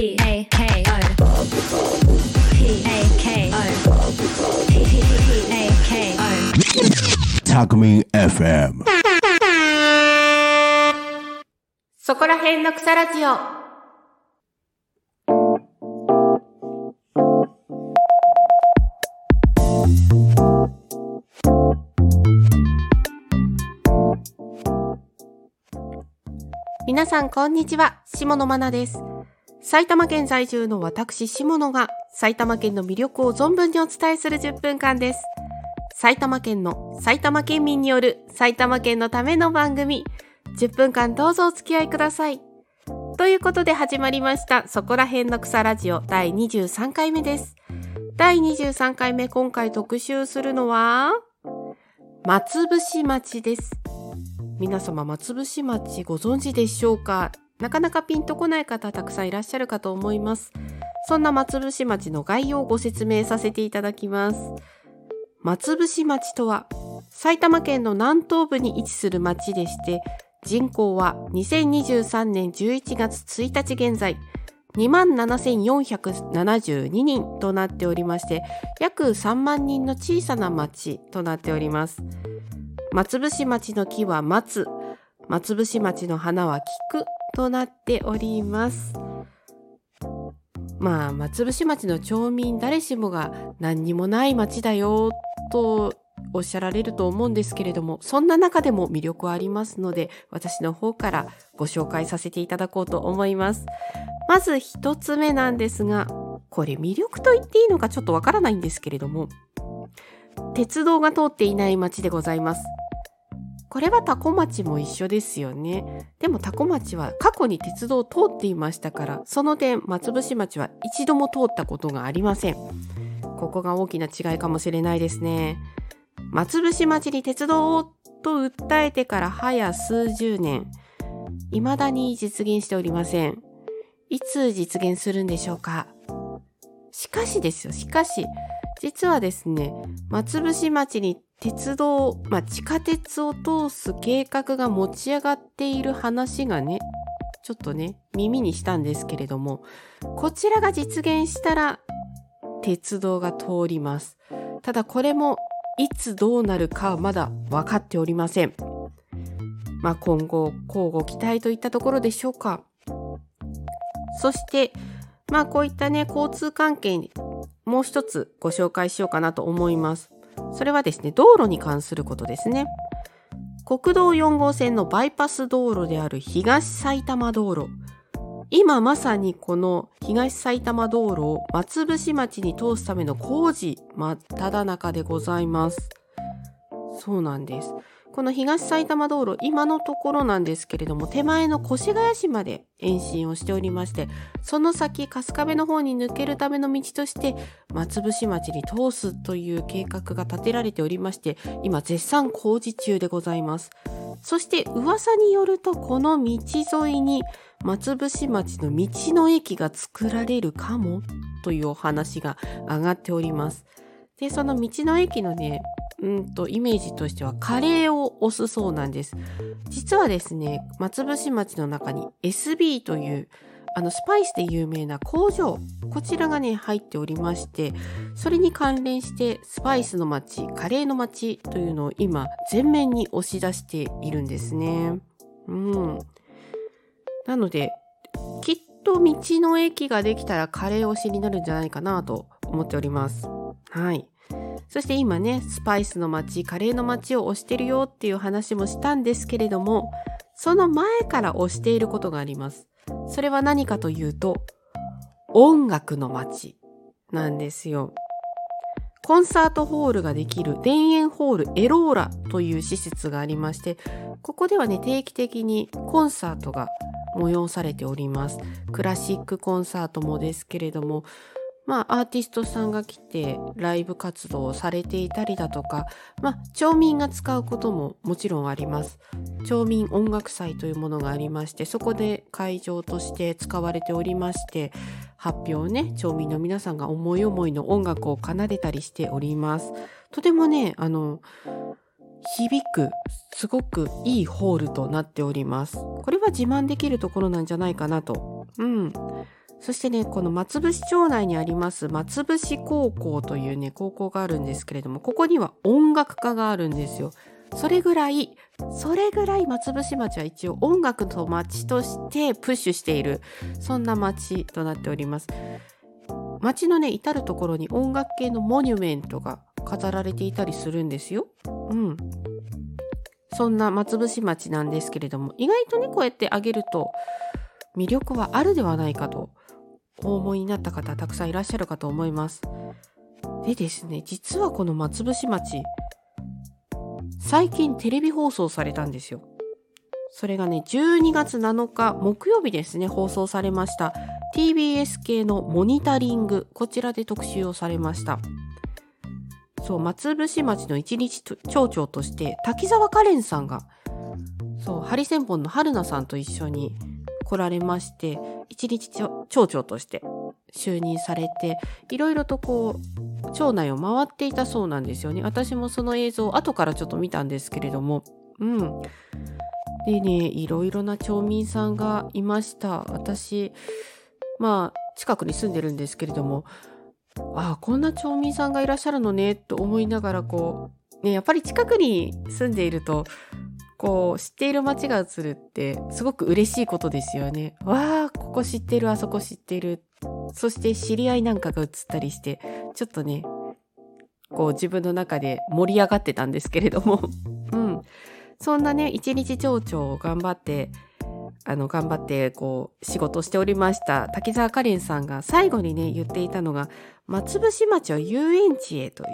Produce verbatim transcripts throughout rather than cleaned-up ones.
P A K O P A K O P A K O タクミン エフエムそこら辺の草ラジオ。皆さんこんにちは、下野真奈です。埼玉県在住の私下野が埼玉県の魅力を存分にお伝えするじゅっぷんかんです。埼玉県の埼玉県民による埼玉県のための番組、じゅっぷんかんどうぞお付き合いください。ということで始まりましたそこら辺の草ラジオだいにじゅうさんかいめです。だいにじゅうさんかいめ、今回特集するのは松伏町です。皆様松伏町ご存知でしょうか？なかなかピンとこない方たくさんいらっしゃるかと思います。そんな松伏町の概要をご説明させていただきます。松伏町とは埼玉県の南東部に位置する町でして、人口はにせんにじゅうさんねんじゅういちがつついたち現在 にまんななせんよんひゃくななじゅうににんとなっておりまして、約さんまんにんの小さな町となっております。松伏町の木は松、松伏町の花は菊となっております。まあ松伏町の町民誰しもが何にもない町だよとおっしゃられると思うんですけれども、そんな中でも魅力はありますので、私の方からご紹介させていただこうと思います。まず一つ目なんですが、これ魅力と言っていいのかちょっとわからないんですけれども、鉄道が通っていない町でございます。これは多古町も一緒ですよね。でも多古町は過去に鉄道を通っていましたから、その点松伏町は一度も通ったことがありません。ここが大きな違いかもしれないですね。松伏町に鉄道をと訴えてから早数十年、未だに実現しておりません。いつ実現するんでしょうか。しかしですよ、しかし実はですね、松伏町に鉄道、まあ、地下鉄を通す計画が持ち上がっている話がね、ちょっとね、耳にしたんですけれども、こちらが実現したら鉄道が通ります。ただこれもいつどうなるかはまだ分かっておりません。まあ、今後交互期待といったところでしょうか。そしてまあこういったね、交通関係にもう一つご紹介しようかなと思います。それはですね、道路に関することですね。国道よんごうせんのバイパス道路である東埼玉道路。今まさにこの東埼玉道路を松伏町に通すための工事真っ只中でございます。そうなんです。この東埼玉道路、今のところなんですけれども、手前の越谷市まで延伸をしておりまして、その先春日部の方に抜けるための道として松伏町に通すという計画が立てられておりまして、今絶賛工事中でございます。そして噂によると、この道沿いに松伏町の道の駅が作られるかもというお話が上がっております。で、その道の駅のね、うんとイメージとしてはカレーを推すそうなんです。実はですね、松伏町の中に エスビー というあのスパイスで有名な工場、こちらがね入っておりまして、それに関連してスパイスの町、カレーの町というのを今前面に押し出しているんですね。うん。なのできっと道の駅ができたらカレー推しになるんじゃないかなと思っております。はい。そして今ね、スパイスの街、カレーの街を推してるよっていう話もしたんですけれども、その前から推していることがあります。それは何かというと、音楽の街なんですよ。コンサートホールができる田園ホールエローラという施設がありまして、ここではね、定期的にコンサートが催されております。クラシックコンサートもですけれども、まあアーティストさんが来てライブ活動をされていたりだとか、まあ町民が使うことももちろんあります。町民音楽祭というものがありまして、そこで会場として使われておりまして、発表をね、町民の皆さんが思い思いの音楽を奏でたりしております。とてもね、あの響くすごくいいホールとなっております。これは自慢できるところなんじゃないかなと。うん。 そしてね、この松伏町内にあります松伏高校というね、高校があるんですけれども、ここには音楽科があるんですよ。それぐらい、それぐらい松伏町は一応音楽の町としてプッシュしている、そんな町となっております。町のね、至るところに音楽系のモニュメントが飾られていたりするんですよ。うん。そんな松伏町なんですけれども、意外とね、こうやってあげると魅力はあるではないかとお思いになった方たくさんいらっしゃるかと思います。でですね、実はこの松伏町、最近テレビ放送されたんですよ。それがね、じゅうにがつなのか木曜日ですね、放送されました ティービーエス 系のモニタリング、こちらで特集をされました。そう、松伏町の一日町長として滝沢カレンさんが、そう、ハリセンボンの春菜さんと一緒に来られまして、一日町長として就任されて、いろいろとこう町内を回っていたそうなんですよね。私もその映像を後からちょっと見たんですけれども、うん。でね、いろいろな町民さんがいました。私、まあ近くに住んでるんですけれども、ああ、こんな町民さんがいらっしゃるのねと思いながら、こうね、やっぱり近くに住んでいると、こう知っている街が映るってすごく嬉しいことですよね。わあ、ここ知ってる、あそこ知ってる。そして知り合いなんかが映ったりして、ちょっとね、こう自分の中で盛り上がってたんですけれども、うん、そんなね、一日町長を頑張って、あの頑張ってこう仕事しておりました滝沢カレンさんが最後にね言っていたのが、松伏町を遊園地へという、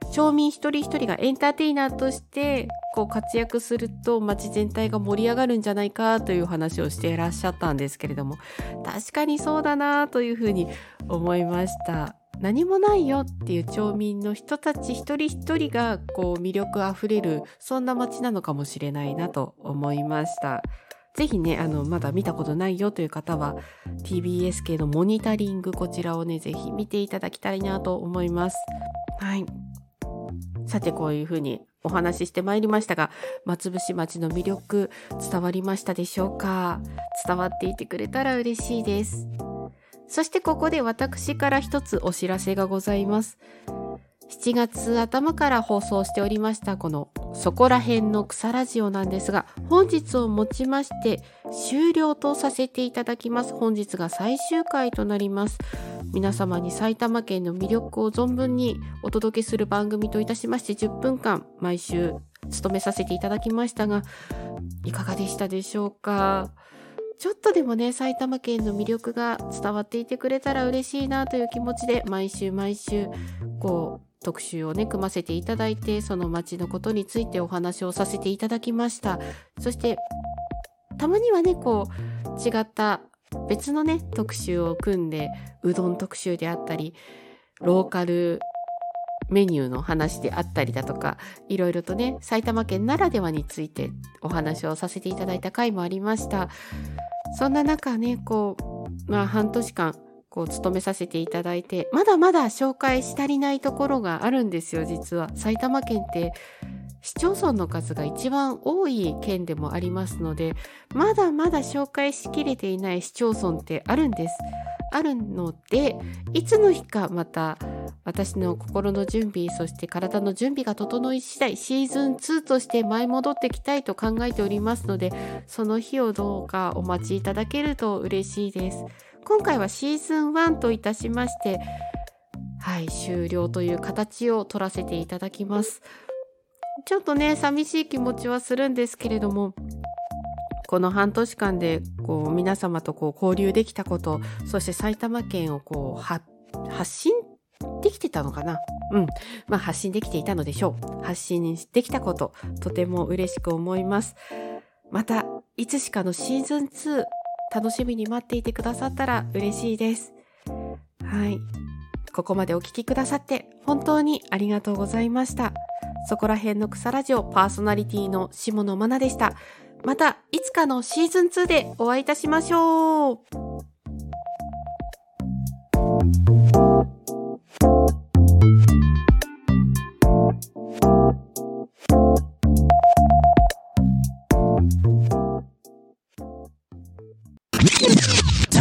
町民一人一人がエンターテイナーとしてこう活躍すると町全体が盛り上がるんじゃないかという話をしていらっしゃったんですけれども、確かにそうだなというふうに思いました。何もないよっていう町民の人たち一人一人がこう魅力あふれる、そんな町なのかもしれないなと思いました。ぜひね、あのまだ見たことないよという方は ティービーエス 系のモニタリング、こちらをねぜひ見ていただきたいなと思います。はい。さて、こういうふうにお話ししてまいりましたが、松伏町の魅力伝わりましたでしょうか？伝わっていてくれたら嬉しいです。そしてここで私から一つお知らせがございます。しちがつ頭から放送しておりましたこのそこら辺の草ラジオなんですが、本日をもちまして終了とさせていただきます。本日が最終回となります。皆様に埼玉県の魅力を存分にお届けする番組といたしまして、じゅっぷんかん毎週務めさせていただきましたが、いかがでしたでしょうか？ちょっとでもね、埼玉県の魅力が伝わっていてくれたら嬉しいなという気持ちで、毎週毎週こう特集をね組ませていただいて、その町のことについてお話をさせていただきました。そしてたまにはね、こう違った別のね特集を組んで、うどん特集であったり、ローカルメニューの話であったりだとか、いろいろとね埼玉県ならではについてお話をさせていただいた回もありました。そんな中ね、こうまあ半年間こう勤めさせていただいて、まだまだ紹介し足りないところがあるんですよ。実は埼玉県って市町村の数が一番多い県でもありますので、まだまだ紹介しきれていない市町村ってあるんです。あるので、いつの日かまた私の心の準備、そして体の準備が整い次第、シーズンツーとして舞い戻ってきたいと考えておりますので、その日をどうかお待ちいただけると嬉しいです。今回はシーズンワンといたしまして、はい、終了という形を取らせていただきます。ちょっとね寂しい気持ちはするんですけれども、この半年間でこう皆様とこう交流できたこと、そして埼玉県をこう発信できてたのかな、うん、まあ発信できていたのでしょう。発信できたこと、とても嬉しく思います。またいつしかのシーズンツー楽しみに待っていてくださったら嬉しいです。はい、ここまでお聞きくださって本当にありがとうございました。そこら辺の草ラジオパーソナリティの下野真奈でした。またいつかのシーズンツーでお会いいたしましょう。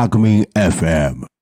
タクミン エフエム